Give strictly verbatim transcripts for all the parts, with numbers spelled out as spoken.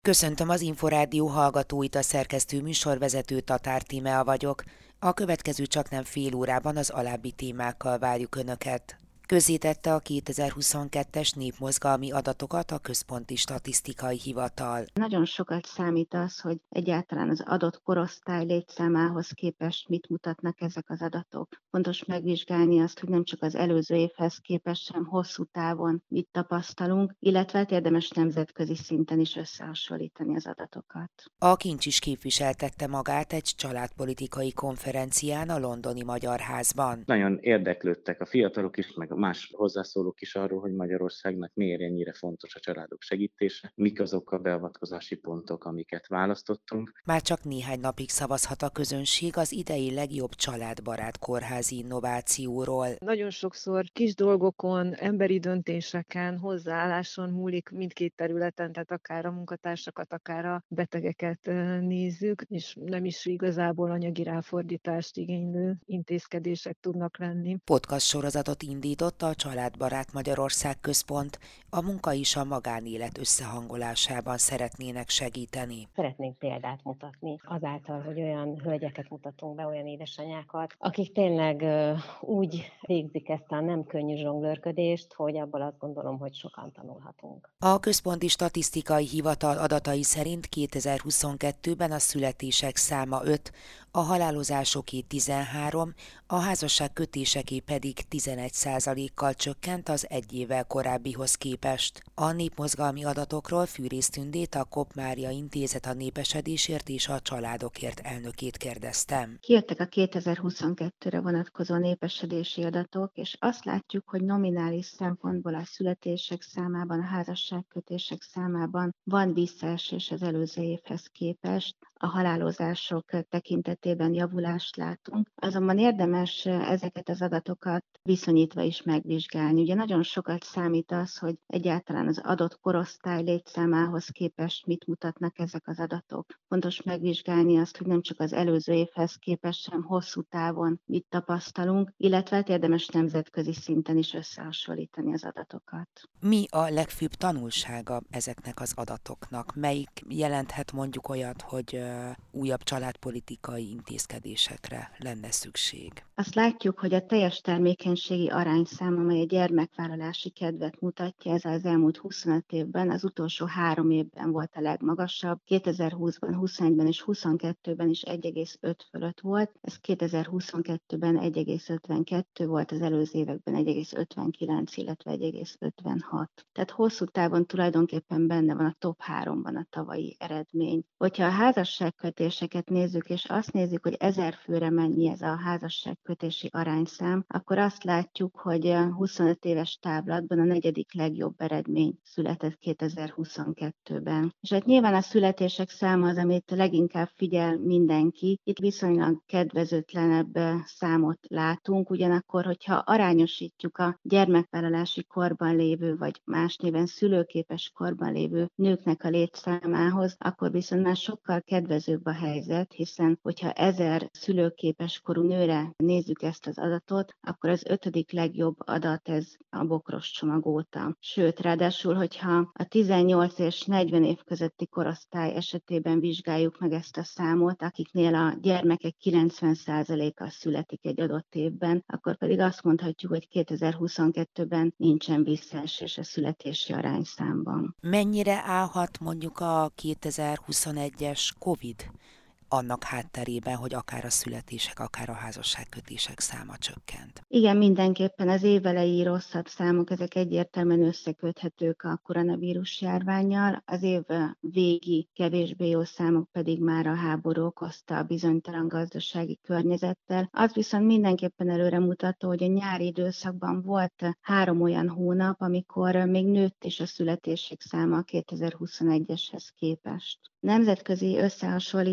Köszöntöm az Inforádió hallgatóit, a szerkesztő műsorvezető Tatár Tímea vagyok. A következő csaknem fél órában az alábbi témákkal várjuk Önöket. Közzétette a kétezer-huszonkettes népmozgalmi adatokat a Központi Statisztikai Hivatal. Nagyon sokat számít az, hogy egyáltalán az adott korosztály létszámához képest mit mutatnak ezek az adatok. Fontos megvizsgálni azt, hogy nem csak az előző évhez képest, sem hosszú távon mit tapasztalunk, illetve hát érdemes nemzetközi szinten is összehasonlítani az adatokat. A Kincs is képviseltette magát egy családpolitikai konferencián a londoni Magyar Házban. Nagyon érdeklődtek a fiatalok is, meg a más hozzászólók is arról, hogy Magyarországnak miért ennyire fontos a családok segítése, mik azok a beavatkozási pontok, amiket választottunk. Már csak néhány napig szavazhat a közönség az idei legjobb családbarát kórházi innovációról. Nagyon sokszor kis dolgokon, emberi döntéseken, hozzáálláson múlik mindkét területen, tehát akár a munkatársakat, akár a betegeket nézzük, és nem is igazából anyagi ráfordítást igénylő intézkedések tudnak lenni. Podcast sorozatot indított a Családbarát Magyarország Központ, a munka és a magánélet összehangolásában szeretnének segíteni. Szeretnénk példát mutatni azáltal, hogy olyan hölgyeket mutatunk be, olyan édesanyákat, akik tényleg úgy végzik ezt a nem könnyű zsonglőrködést, hogy abból azt gondolom, hogy sokan tanulhatunk. A Központi Statisztikai Hivatal adatai szerint kétezer-huszonkettőben a születések száma öt, a halálozásoké tizenhárom, a házasságkötéseké pedig tizenegy százalékkal csökkent az egy évvel korábbihoz képest. A népmozgalmi adatokról Fűrész Tündét, a Kopp Mária Intézet a népesedésért és a családokért elnökét kérdeztem. Kijöttek a kétezer-huszonkettőre vonatkozó népesedési adatok, és azt látjuk, hogy nominális szempontból a születések számában, a házasságkötések számában van visszaesés az előző évhez képest. A halálozások tekintetében javulást látunk, azonban érdemes ezeket az adatokat viszonyítva is megvizsgálni. Ugye nagyon sokat számít az, hogy egyáltalán az adott korosztály létszámához képest mit mutatnak ezek az adatok. Fontos megvizsgálni azt, hogy nem csak az előző évhez képest, sem hosszú távon mit tapasztalunk, illetve hát érdemes nemzetközi szinten is összehasonlítani az adatokat. Mi a legfőbb tanulsága ezeknek az adatoknak? Melyik jelenthet mondjuk olyat, hogy újabb családpolitikai intézkedésekre lenne szükség? Azt látjuk, hogy a teljes termékenységi arányszám, amely a gyermekvállalási kedvet mutatja, ez az elmúlt huszonöt évben, az utolsó három évben volt a legmagasabb. kétezer-húszban, huszonegyben és huszonkettőben is egy egész öt fölött volt. Ez kétezer-huszonkettőben egy egész ötvenkettő volt, az előző években egy egész ötvenkilenc, illetve egy egész ötvenhat. Tehát hosszú távon tulajdonképpen benne van a top háromban a tavalyi eredmény. Hogyha a házasságkötéseket nézzük, és azt nézzük, hogy ezer főre mennyi ez a házasságkötési arányszám, akkor azt látjuk, hogy huszonöt éves távlatban a negyedik legjobb eredmény született kétezer-huszonkettőben. És hát nyilván a születések száma az, amit leginkább figyel mindenki. Itt viszonylag kedvezőtlenebb számot látunk, ugyanakkor, hogyha arányosítjuk a gyermekvállalási korban lévő, vagy más néven szülőképes korban lévő nőknek a létszámához, akkor viszont már sokkal kedvezőbb a helyzet, hiszen hogyha ezer szülőképes korú nőre nézzük ezt az adatot, akkor az ötödik legjobb adat ez a bokros csomag óta. Sőt, ráadásul, hogyha a tizennyolc és negyven év közötti korosztály esetében vizsgáljuk meg ezt a számot, akiknél a gyermekek kilencven százaléka születik egy adott évben, akkor pedig azt mondhatjuk, hogy kétezer-huszonkettőben nincsen visszaesés a születési arányszámban. Mennyire állhat mondjuk a kétezer-huszonegyes Covid annak hátterében, hogy akár a születések, akár a házasságkötések száma csökkent? Igen, mindenképpen az évelei rosszabb számok, ezek egyértelműen összeköthetők a koronavírus járvánnyal, az év végi kevésbé jó számok pedig már a háború okozta a bizonytalan gazdasági környezettel. Az viszont mindenképpen előremutató, hogy a nyári időszakban volt három olyan hónap, amikor még nőtt is a születések száma a kétezer-huszonegyeshez képest. Nemzetközi összehasonlításban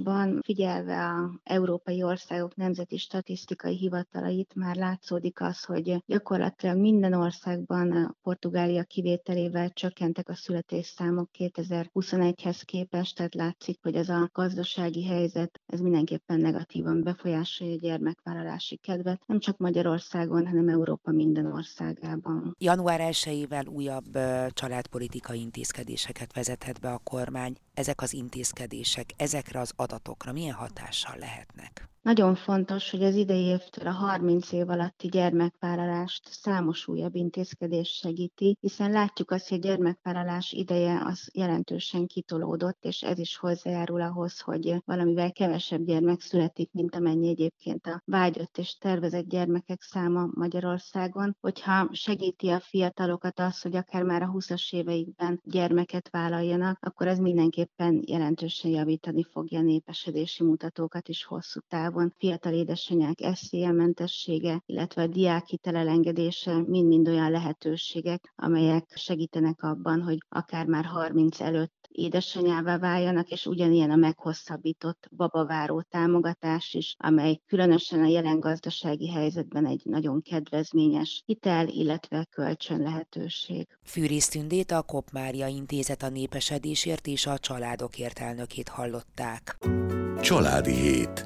Londonban figyelve a európai országok nemzeti statisztikai hivatalait már látszódik az, hogy gyakorlatilag minden országban, Portugália kivételével csökkentek a születésszámok kétezer-huszonegyhez képest, tehát látszik, hogy ez a gazdasági helyzet ez mindenképpen negatívan befolyásolja a gyermekvállalási kedvet, nem csak Magyarországon, hanem Európa minden országában. január elsejével újabb családpolitikai intézkedéseket vezethet be a kormány. Ezek az intézkedések ezekre az adatokra milyen hatással lehetnek? Nagyon fontos, hogy az idei évtől a harminc év alatti gyermekvállalást számos újabb intézkedés segíti, hiszen látjuk azt, hogy a gyermekvállalás ideje az jelentősen kitolódott, és ez is hozzájárul ahhoz, hogy valamivel kevesebb gyermek születik, mint amennyi egyébként a vágyott és tervezett gyermekek száma Magyarországon. Hogyha segíti a fiatalokat az, hogy akár már a húszas éveikben gyermeket vállaljanak, akkor ez mindenképpen jelentősen javítani fogja a népesedési mutatókat is hosszú távon. Fiatal édesanyák es zé é-mentessége, illetve a diákhitel elengedése mind-mind olyan lehetőségek, amelyek segítenek abban, hogy akár már harminc előtt édesanyává váljanak, és ugyanilyen a meghosszabbított babaváró támogatás is, amely különösen a jelen gazdasági helyzetben egy nagyon kedvezményes hitel, illetve kölcsön lehetőség. Fűrész Tündét, a Kopp Mária Intézet a népesedésért és a családokért elnökét hallották. Családi hét.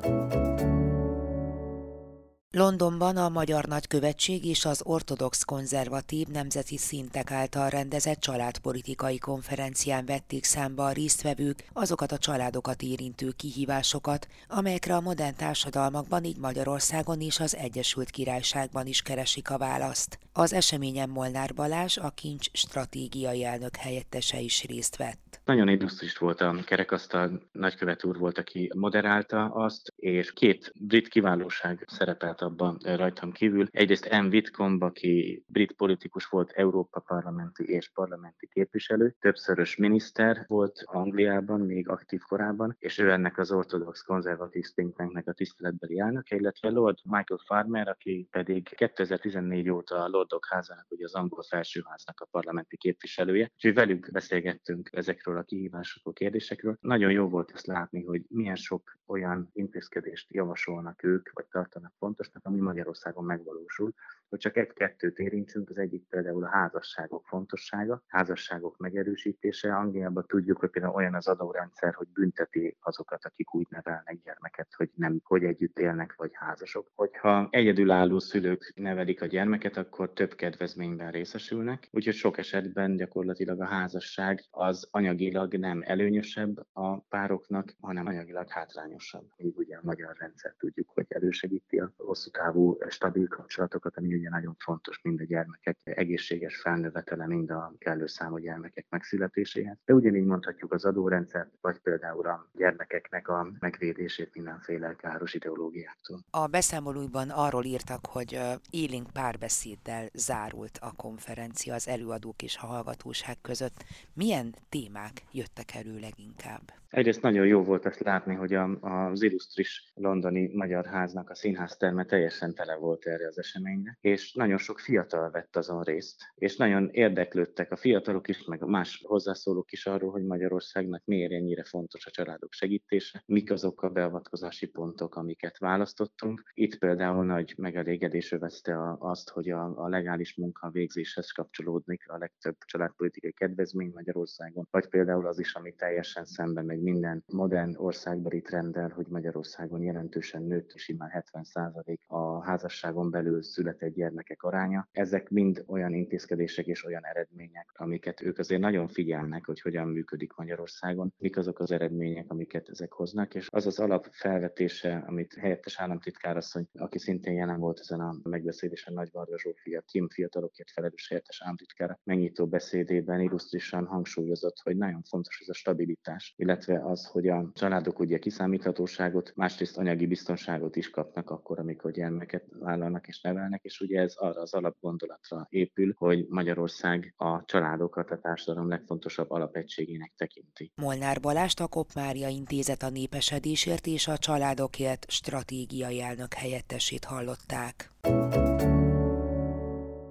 Londonban a Magyar Nagykövetség és az ortodox konzervatív nemzeti szintek által rendezett családpolitikai konferencián vették számba a résztvevők azokat a családokat érintő kihívásokat, amelyekre a modern társadalmakban, így Magyarországon és az Egyesült Királyságban is keresik a választ. Az eseményen Molnár Balázs, a Kincs stratégiai elnök helyettese is részt vett. Nagyon illusztris volt a kerekasztal, nagykövet úr volt, aki moderálta azt, és két brit kiválóság szerepelt abban rajtam kívül. Egyrészt Anne Whitcomb, aki brit politikus volt, Európa parlamenti és parlamenti képviselő, többszörös miniszter volt Angliában, még aktív korában, és ő ennek az ortodox konzervatív think tanknek a tiszteletbeli elnöke, illetve Lord Michael Farmer, aki pedig kétezer-tizennégy óta a Lordok házának, ugye az angol felsőháznak a parlamenti képviselője, és velük beszélgettünk ezekről a kihívásokról, kérdésekről. Nagyon jó volt ezt látni, hogy milyen sok olyan intézkedést javasolnak ők, vagy tartanak fontosnak, ami Magyarországon megvalósul. Hogy csak egy-kettőt érintsünk, az egyik például a házasságok fontossága, házasságok megerősítése. Angliában tudjuk, hogy például olyan az adórendszer, hogy bünteti azokat, akik úgy nevelnek gyermeket, hogy nem, hogy együtt élnek, vagy házasok. Hogyha egyedülálló szülők nevelik a gyermeket, akkor több kedvezményben részesülnek, úgyhogy sok esetben gyakorlatilag a házasság az anyagilag nem előnyösebb a pároknak, hanem anyagilag hátrányosabb. Így ugye a magyar rendszer tudjuk, hogy elősegíti a hosszú távú stabil kapcsolatokat, ami ugye nagyon fontos mind a gyermekek egészséges felnövetele, mind a kellő számú gyermekek megszületéséhez. De ugyanígy mondhatjuk az adórendszert, vagy például a gyermekeknek a megvédését mindenféle káros ideológiáktól. A beszámolóban arról írtak, hogy élénk párbeszéddel zárult a konferencia az előadók és a hallgatóság között. Milyen témák jöttek elő leginkább? Egyrészt nagyon jó volt azt látni, hogy a, az illusztris londoni Magyar Háznak a színházterme teljesen tele volt erre az eseményre, és nagyon sok fiatal vett azon részt, és nagyon érdeklődtek a fiatalok is, meg a más hozzászólók is arról, hogy Magyarországnak miért ennyire fontos a családok segítése, mik azok a beavatkozási pontok, amiket választottunk. Itt például nagy megelégedés övezte azt, hogy a, a legális munka végzéshez kapcsolódnik a legtöbb családpolitikai kedvezmény Magyarországon, vagy például az is, ami teljesen szemben megy minden modern országbeli trenddel, hogy Magyarországon jelentősen nőtt, és immár hetven százalék a házasságon belül született gyermekek aránya. Ezek mind olyan intézkedések és olyan eredmények, amiket ők azért nagyon figyelnek, hogy hogyan működik Magyarországon, mik azok az eredmények, amiket ezek hoznak, és az az alapfelvetése, amit helyettes államtitkár asszony, aki szintén jelen volt ezen a megbeszélésen, Nagy Varga Zsófia, Kim fiatalokért felelős helyettes államtitkár megnyitó beszédében illusztrisan hangsúlyozott, hogy nagyon fontos ez a stabilitás, illetve az, hogy a családok ugye kiszámíthatóságot, másrészt anyagi biztonságot is kapnak akkor, amikor gyermeket vállalnak és nevelnek, és ugye ez arra az alapgondolatra épül, hogy Magyarország a családokat a társadalom legfontosabb alapegységének tekinti. Molnár Balást, a Kopp Mária Intézet a népesedésért és a családokért stratégiai elnök helyettesét hallották.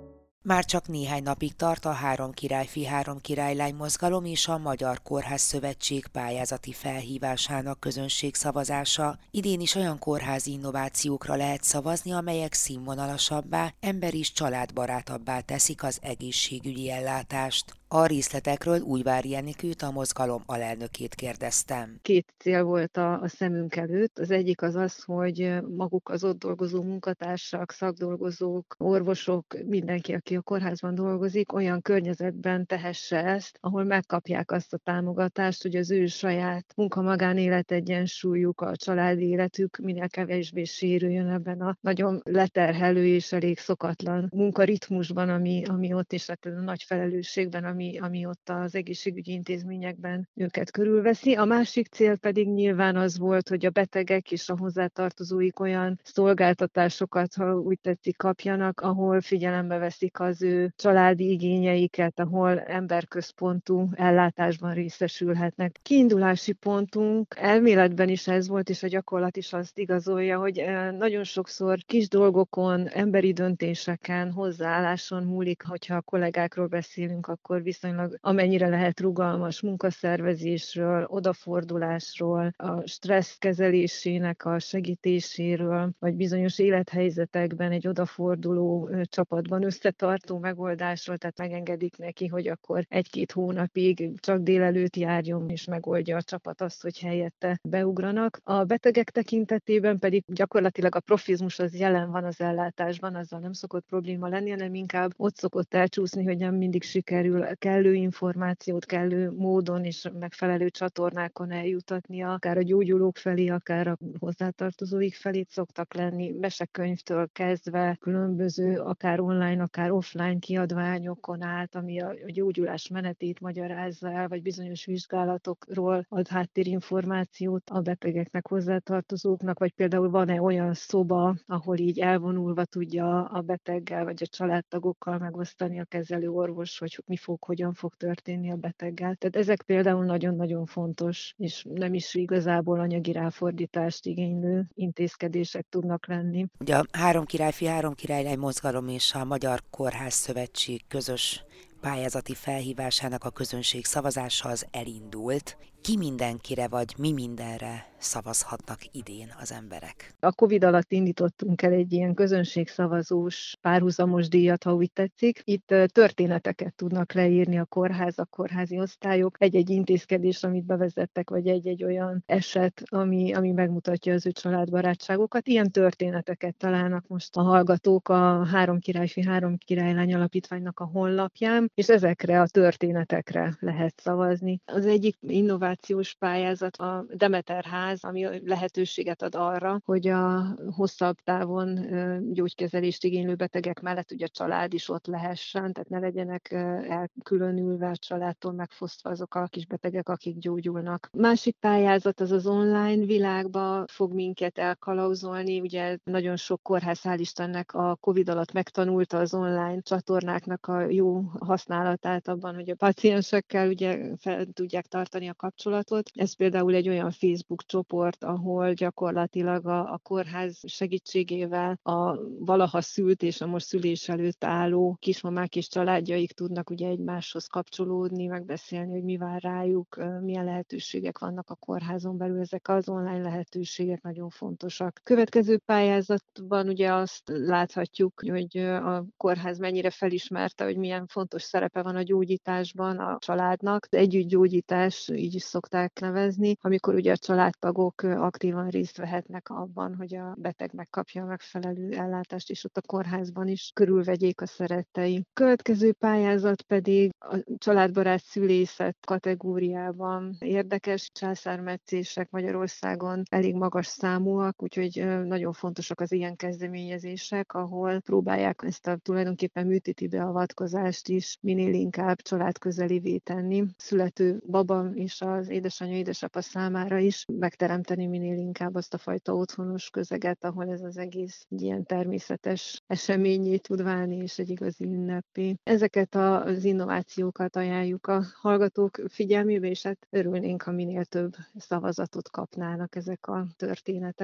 Már csak néhány napig tart a Három királyfi, Három királylány mozgalom és a Magyar Kórház Szövetség pályázati felhívásának közönségszavazása. Idén is olyan kórházi innovációkra lehet szavazni, amelyek színvonalasabbá, ember- és családbarátabbá teszik az egészségügyi ellátást. A részletekről Újvári Enikőt, a mozgalom alelnökét kérdeztem. Két cél volt a, a szemünk előtt. Az egyik az az, hogy maguk az ott dolgozó munkatársak, szakdolgozók, orvosok, mindenki, aki a kórházban dolgozik, olyan környezetben tehesse ezt, ahol megkapják azt a támogatást, hogy az ő saját munka-magánélet egyensúlyuk, a családi életük minél kevésbé sérüljön ebben a nagyon leterhelő és elég szokatlan munkaritmusban, ami, ami ott is, tehát a nagy felelősségben, ami Ami, ami ott az egészségügyi intézményekben őket körülveszi. A másik cél pedig nyilván az volt, hogy a betegek és a hozzátartozóik olyan szolgáltatásokat, ha úgy tetszik, kapjanak, ahol figyelembe veszik az ő családi igényeiket, ahol emberközpontú ellátásban részesülhetnek. Kiindulási pontunk elméletben is ez volt, és a gyakorlat is azt igazolja, hogy nagyon sokszor kis dolgokon, emberi döntéseken, hozzáálláson múlik, hogyha a kollégákról beszélünk, akkor viszonylag amennyire lehet rugalmas munkaszervezésről, odafordulásról, a stressz kezelésének a segítéséről, vagy bizonyos élethelyzetekben egy odaforduló csapatban összetartó megoldásról, tehát megengedik neki, hogy akkor egy-két hónapig csak délelőtt járjon, és megoldja a csapat azt, hogy helyette beugranak. A betegek tekintetében pedig gyakorlatilag a profizmus az jelen van az ellátásban, azzal nem szokott probléma lenni, hanem inkább ott szokott elcsúszni, hogy nem mindig sikerül kellő információt kellő módon és megfelelő csatornákon eljutatnia, akár a gyógyulók felé, akár a hozzátartozóik felé szoktak lenni, mesekönyvtől kezdve különböző, akár online, akár offline kiadványokon át, ami a gyógyulás menetét magyarázza el, vagy bizonyos vizsgálatokról ad háttérinformációt a betegeknek, hozzátartozóknak, vagy például van-e olyan szoba, ahol így elvonulva tudja a beteggel, vagy a családtagokkal megosztani a kezelő orvos, hogy mi fog, hogyan fog történni a beteggel. Tehát ezek például nagyon-nagyon fontos, és nem is igazából anyagi ráfordítást igénylő intézkedések tudnak lenni. Ugye a Három királyfi, Három királylány mozgalom és a Magyar Kórház Szövetség közös pályázati felhívásának a közönség szavazása az elindult. Ki mindenkire vagy mi mindenre szavazhatnak idén az emberek? A Covid alatt indítottunk el egy ilyen közönségszavazós párhuzamos díjat, ha úgy tetszik. Itt történeteket tudnak leírni a kórházak, kórházi osztályok, egy-egy intézkedés, amit bevezettek, vagy egy-egy olyan eset, ami, ami megmutatja az ő családbarátságokat. Ilyen történeteket találnak most a hallgatók a Három királyfi, Három királylány alapítványnak a honlapján, és ezekre a történetekre lehet szavazni. Az egyik innovációs pályázat a Demeter ház, ami lehetőséget ad arra, hogy a hosszabb távon gyógykezelést igénylő betegek mellett ugye a család is ott lehessen, tehát ne legyenek elkülönülve a családtól megfosztva azok a kis betegek, akik gyógyulnak. Másik pályázat az az online világba fog minket elkalauzolni, ugye nagyon sok kórház, hál' Istennek a Covid alatt megtanulta az online csatornáknak a jó használatát abban, hogy a paciensekkel ugye fel tudják tartani a kapcsolatot. Ez például egy olyan Facebook csoport, ahol gyakorlatilag a, a kórház segítségével a valaha szült és a most szülés előtt álló kismamák és családjaik tudnak ugye egymáshoz kapcsolódni, megbeszélni, hogy mi vár rájuk, milyen lehetőségek vannak a kórházon belül. Ezek az online lehetőségek nagyon fontosak. Következő pályázatban ugye azt láthatjuk, hogy a kórház mennyire felismerte, hogy milyen fontos szerepe van a gyógyításban a családnak. Együttgyógyítás, így is szokták nevezni, amikor ugye a családtagok aktívan részt vehetnek abban, hogy a beteg megkapja a megfelelő ellátást, és ott a kórházban is körülvegyék a szerettei. Következő pályázat pedig a családbarát szülészet kategóriában érdekes. Császármetszések Magyarországon elég magas számúak, úgyhogy nagyon fontosak az ilyen kezdeményezések, ahol próbálják ezt a tulajdonképpen műtéti beavatkozást is minél inkább családközelivé tenni. Születő baba és az édesanyja, édesapa számára is megteremteni minél inkább azt a fajta otthonos közeget, ahol ez az egész egy ilyen természetes eseményé tud válni, és egy igazi ünnepé. Ezeket az innovációkat ajánljuk a hallgatók figyelmébe, és hát örülnénk, ha minél több szavazatot kapnának ezek a történetek.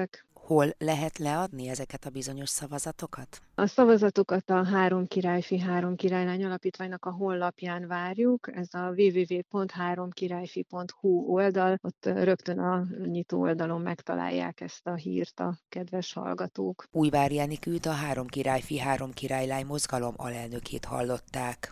Hol lehet leadni ezeket a bizonyos szavazatokat? A szavazatokat a Három Királyfi Három Királylány Alapítványnak a honlapján várjuk, ez a double-u double-u double-u pont három királyfi pont hu oldal, ott rögtön a nyitó oldalon megtalálják ezt a hírt a kedves hallgatók. Újvári Enikőt, a Három Királyfi Három Királylány mozgalom alelnökét hallották.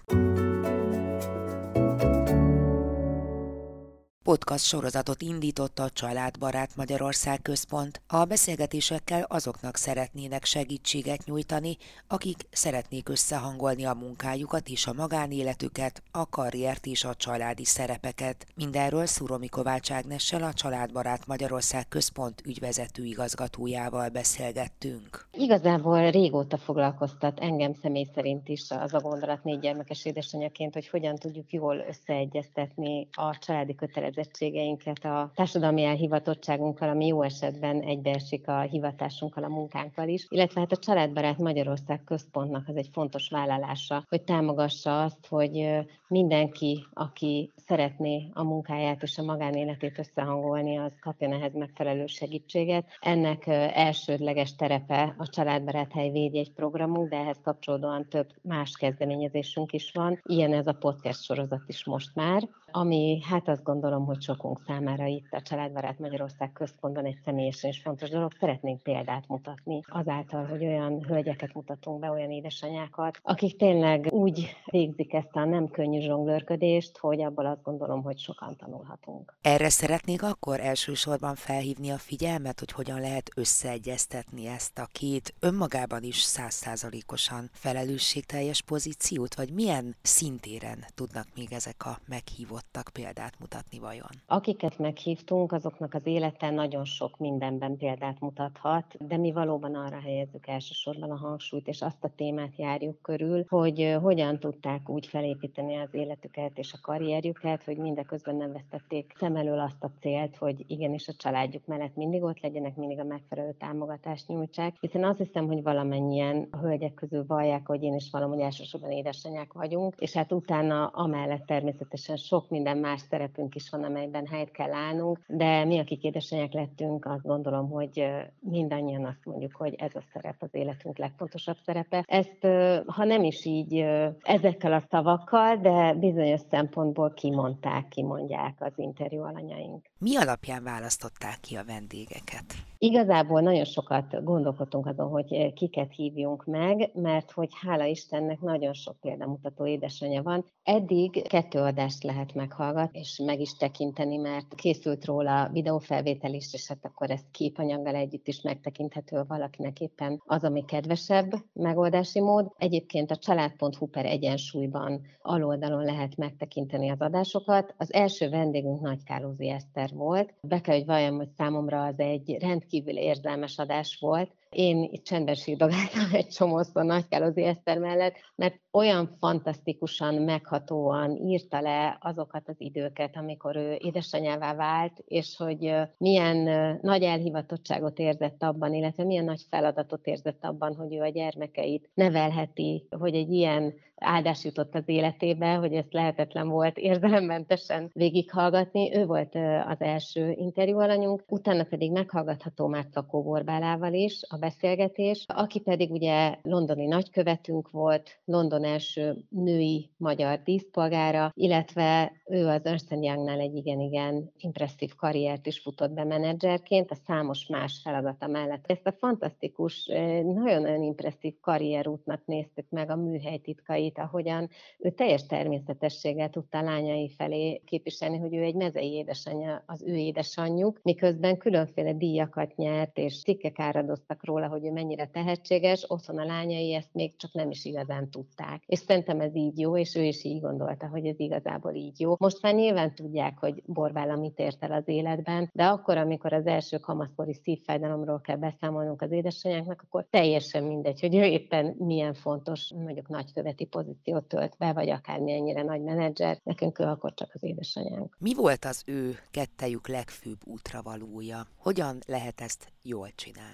Podcast sorozatot indított a Családbarát Magyarország Központ. A beszélgetésekkel azoknak szeretnének segítséget nyújtani, akik szeretnék összehangolni a munkájukat és a magánéletüket, a karriert és a családi szerepeket. Mindenről Szuromi Kovács Ágnessel, a Családbarát Magyarország Központ ügyvezető igazgatójával beszélgettünk. Igazából régóta foglalkoztat engem személy szerint is az a gondolat négy gyermekes édesanyaként, hogy hogyan tudjuk jól összeegyeztetni a családi kötelezettségeinket a társadalmi elhivatottságunkkal, ami jó esetben egybeesik a hivatásunkkal, a munkánkkal is, illetve hát a Családbarát Magyarország Központnak az egy fontos vállalása, hogy támogassa azt, hogy mindenki, aki szeretné a munkáját és a magánéletét összehangolni, az kapjon ehhez megfelelő segítséget. Ennek elsődleges terepe a Családbarát Hely Védjegy programunk, de ehhez kapcsolódóan több más kezdeményezésünk is van. Ilyen ez a podcast sorozat is most már, ami hát azt gondolom, hogy sokunk számára itt a Családbarát Magyarország Központban egy személyesen is fontos dolog. Szeretnénk példát mutatni azáltal, hogy olyan hölgyeket mutatunk be, olyan édesanyákat, akik tényleg úgy végzik ezt a nem könnyű zsonglőrködést, hogy abból azt gondolom, hogy sokan tanulhatunk. Erre szeretnék akkor elsősorban felhívni a figyelmet, hogy hogyan lehet összeegyeztetni ezt a két önmagában is száz százalékosan felelősségteljes pozíciót, vagy milyen szintéren tudnak még ezek a meghívottak példát mutatni vajon? Akiket meghívtunk, azoknak az élete nagyon sok mindenben példát mutathat, de mi valóban arra helyezzük elsősorban a hangsúlyt, és azt a témát járjuk körül, hogy hogyan tudták úgy felépíteni az életüket és a karrierjüket, hogy mindeközben nem vesztették szem elől azt a célt, hogy igenis a családjuk mellett mindig ott legyenek, mindig a megfelelő támogatást nyújtsák, hiszen azt hiszem, hogy valamennyien a hölgyek közül vallják, hogy én is valami, hogy elsősorban édesanyák vagyunk, és hát utána amellett természetesen sok minden más szerepünk is van, amelyben helyt kell állnunk, de mi, akik édesanyák lettünk, azt gondolom, hogy mindannyian azt mondjuk, hogy ez a szerep az életünk legfontosabb szerepe. Ezt, ha nem is így ezekkel a szavakkal, de bizonyos szempontból kimondták, kimondják az interjú alanyaink. Mi alapján választották ki a vendégeket? Igazából nagyon sokat gondolkodtunk azon, hogy kiket hívjunk meg, mert hogy hála Istennek nagyon sok példamutató édesanyja van. Eddig kettő adást lehet meghallgatni, és meg is tekinteni, mert készült róla videófelvétel is, és hát akkor ez képanyaggal együtt is megtekinthető valakinek éppen az, ami kedvesebb megoldási mód. Egyébként a család pont hu per egyensúlyban aloldalon lehet megtekinteni az adásokat. Az első vendégünk Nagykálózi Eszter volt. Be kell, hogy valljam, hogy számomra az egy rendkívül érzelmes adás volt. Én itt csendben sírdogáltam egy csomószor Nagykálózi Eszter mellett, mert olyan fantasztikusan, meghatóan írta le azokat az időket, amikor ő édesanyává vált, és hogy milyen nagy elhivatottságot érzett abban, illetve milyen nagy feladatot érzett abban, hogy ő a gyermekeit nevelheti, hogy egy ilyen áldás jutott az életébe, hogy ezt lehetetlen volt érzelemmentesen végighallgatni. Ő volt az első interjú alanyunk, utána pedig meghallgatható már Czakó Borbálával is a beszélgetés, aki pedig ugye londoni nagykövetünk volt, London első női magyar díszpolgára, illetve ő az Ernst and Youngnál egy igen-igen impresszív karriert is futott be menedzserként, a számos más feladata mellett. Ezt a fantasztikus, nagyon-nagyon impresszív karrierútnak néztük meg, a műhely titkait, ahogyan ő teljes természetességgel tudta a lányai felé képviselni, hogy ő egy mezei édesanyja, az ő édesanyjuk, miközben különféle díjakat nyert, és cikkek áradoztak róla, hogy ő mennyire tehetséges, otthon a lányai ezt még csak nem is igazán tudták. És szerintem ez így jó, és ő is így gondolta, hogy ez igazából így jó. Most már nyilván tudják, hogy Borbála mit ért el az életben, de akkor, amikor az első kamaszkori szívfájdalomról kell beszámolnunk az édesanyáknak, akkor teljesen mindegy, hogy ő éppen milyen fontos, mondjuk nagyköveti pozíciót tölt be, vagy akármilyennyire nagy menedzser, nekünk ő akkor csak az édesanyánk. Mi volt az ő kettejük legfőbb útravalója? Hogyan lehet ezt jól csinálni?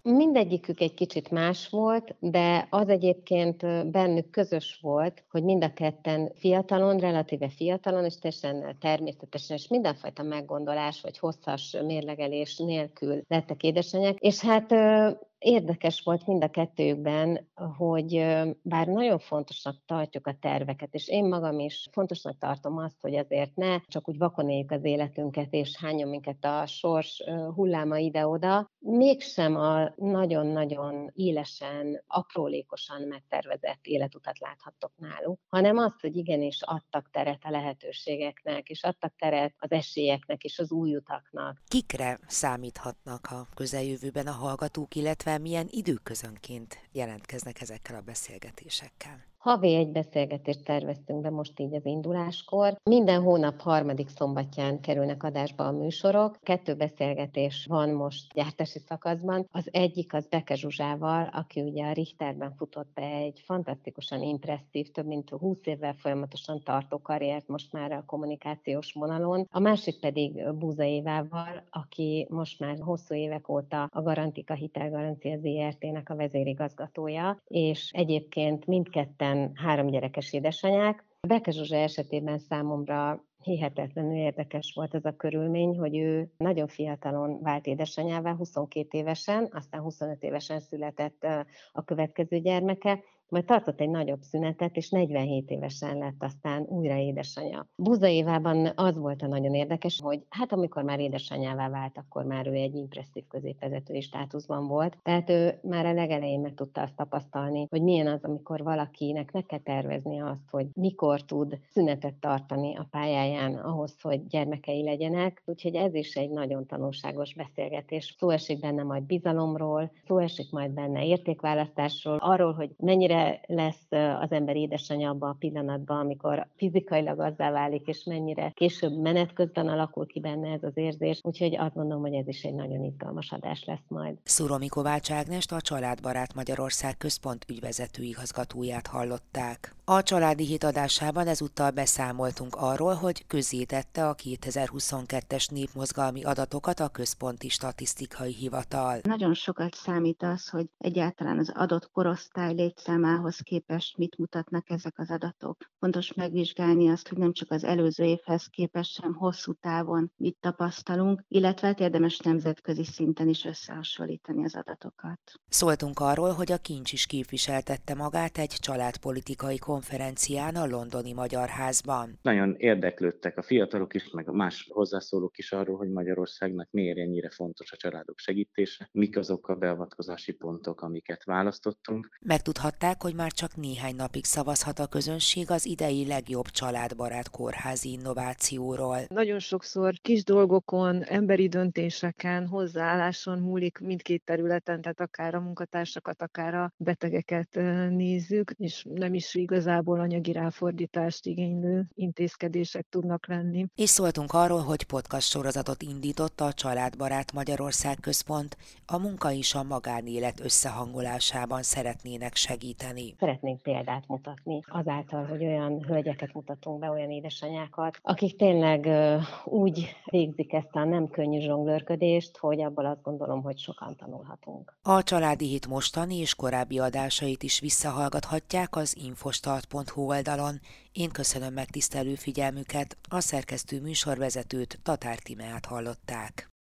Mindegyikük egy kicsit más volt, de az egyébként bennük közös volt, hogy mind a ketten fiatalon, relatíve fiatalon, és teljesen természetesen, és mindenfajta meggondolás vagy hosszas mérlegelés nélkül lettek édesanyák, és hát érdekes volt mind a kettőjükben, hogy bár nagyon fontosnak tartjuk a terveket, és én magam is fontosnak tartom azt, hogy azért ne csak úgy vakon éljük az életünket, és hányom minket a sors hulláma ide-oda, mégsem a nagyon-nagyon élesen, aprólékosan megtervezett életutat láthattok náluk, hanem azt, hogy igenis adtak teret a lehetőségeknek, és adtak teret az esélyeknek és az új utaknak. Kikre számíthatnak a közeljövőben a hallgatók, illetve milyen időközönként jelentkeznek ezekkel a beszélgetésekkel? Havi egy beszélgetést terveztünk be most így az induláskor. Minden hónap harmadik szombatján kerülnek adásba a műsorok. Kettő beszélgetés van most gyártási szakaszban. Az egyik az Beke Zsuzsával, aki ugye a Richterben futott be egy fantasztikusan impresszív, több mint húsz évvel folyamatosan tartó karriert most már a kommunikációs vonalon. A másik pedig Búza Évával, aki most már hosszú évek óta a Garantika Hitelgarancia zé er té-nek a vezérigazgatója, és egyébként mindketten három gyerekes édesanyák. A Beke Zsuzsa esetében számomra hihetetlenül érdekes volt ez a körülmény, hogy ő nagyon fiatalon vált édesanyává, huszonkét évesen, aztán huszonöt évesen született a következő gyermeke, majd tartott egy nagyobb szünetet, és negyvenhét évesen lett aztán újra édesanyja. Búza Évában az volt a nagyon érdekes, hogy hát amikor már édesanyjává vált, akkor már ő egy impresszív középvezetői státuszban volt. Tehát ő már a legelején meg tudta azt tapasztalni, hogy milyen az, amikor valakinek meg kell tervezni azt, hogy mikor tud szünetet tartani a pályáján ahhoz, hogy gyermekei legyenek. Úgyhogy ez is egy nagyon tanulságos beszélgetés. Szó esik benne majd bizalomról, szó esik majd benne értékválasztásról, arról, hogy mennyire lesz az ember édesanyja abban a pillanatban, amikor fizikailag azzá válik, és mennyire később menet közben alakul ki benne ez az érzés. Úgyhogy azt gondolom, hogy ez is egy nagyon izgalmas adás lesz majd. Szuromi Kovács Ágnest, a Családbarát Magyarország Központ ügyvezető igazgatóját hallották. A Családi Hét adásában ezúttal beszámoltunk arról, hogy közzétette a kétezer-huszonkettes népmozgalmi adatokat a Központi Statisztikai Hivatal. Nagyon sokat számít az, hogy egyáltalán az adott korosztály létszámához képest mit mutatnak ezek az adatok. Fontos megvizsgálni azt, hogy nem csak az előző évhez képest, sem hosszú távon mit tapasztalunk, illetve érdemes nemzetközi szinten is összehasonlítani az adatokat. Szóltunk arról, hogy a Kincs is képviseltette magát egy családpolitikai konferencián a londoni Magyar Házban. Nagyon érdeklődtek a fiatalok is, meg a más hozzászólók is arról, hogy Magyarországnak miért ennyire fontos a családok segítése, mik azok a beavatkozási pontok, amiket választottunk. Megtudhatták, hogy már csak néhány napig szavazhat a közönség az idei legjobb családbarát kórházi innovációról. Nagyon sokszor kis dolgokon, emberi döntéseken, hozzáálláson múlik mindkét területen, tehát akár a munkatársakat, akár a betegeket nézzük, és nem is igazából anyagi ráfordítást igénylő intézkedések tudnak lenni. És szóltunk arról, hogy podcast sorozatot indított a Családbarát Magyarország Központ, a munka és a magánélet összehangolásában szeretnének segíteni. Szeretnénk példát mutatni azáltal, hogy olyan hölgyeket mutatunk be, olyan édesanyákat, akik tényleg úgy végzik ezt a nem könnyű zsonglőrködést, hogy abból azt gondolom, hogy sokan tanulhatunk. A Családi Hét mostani és korábbi adásait is visszahallgathatják az infostart pont hu oldalon. Én köszönöm megtisztelő figyelmüket, a szerkesztő műsorvezetőt, Tatár Tímeát hallották.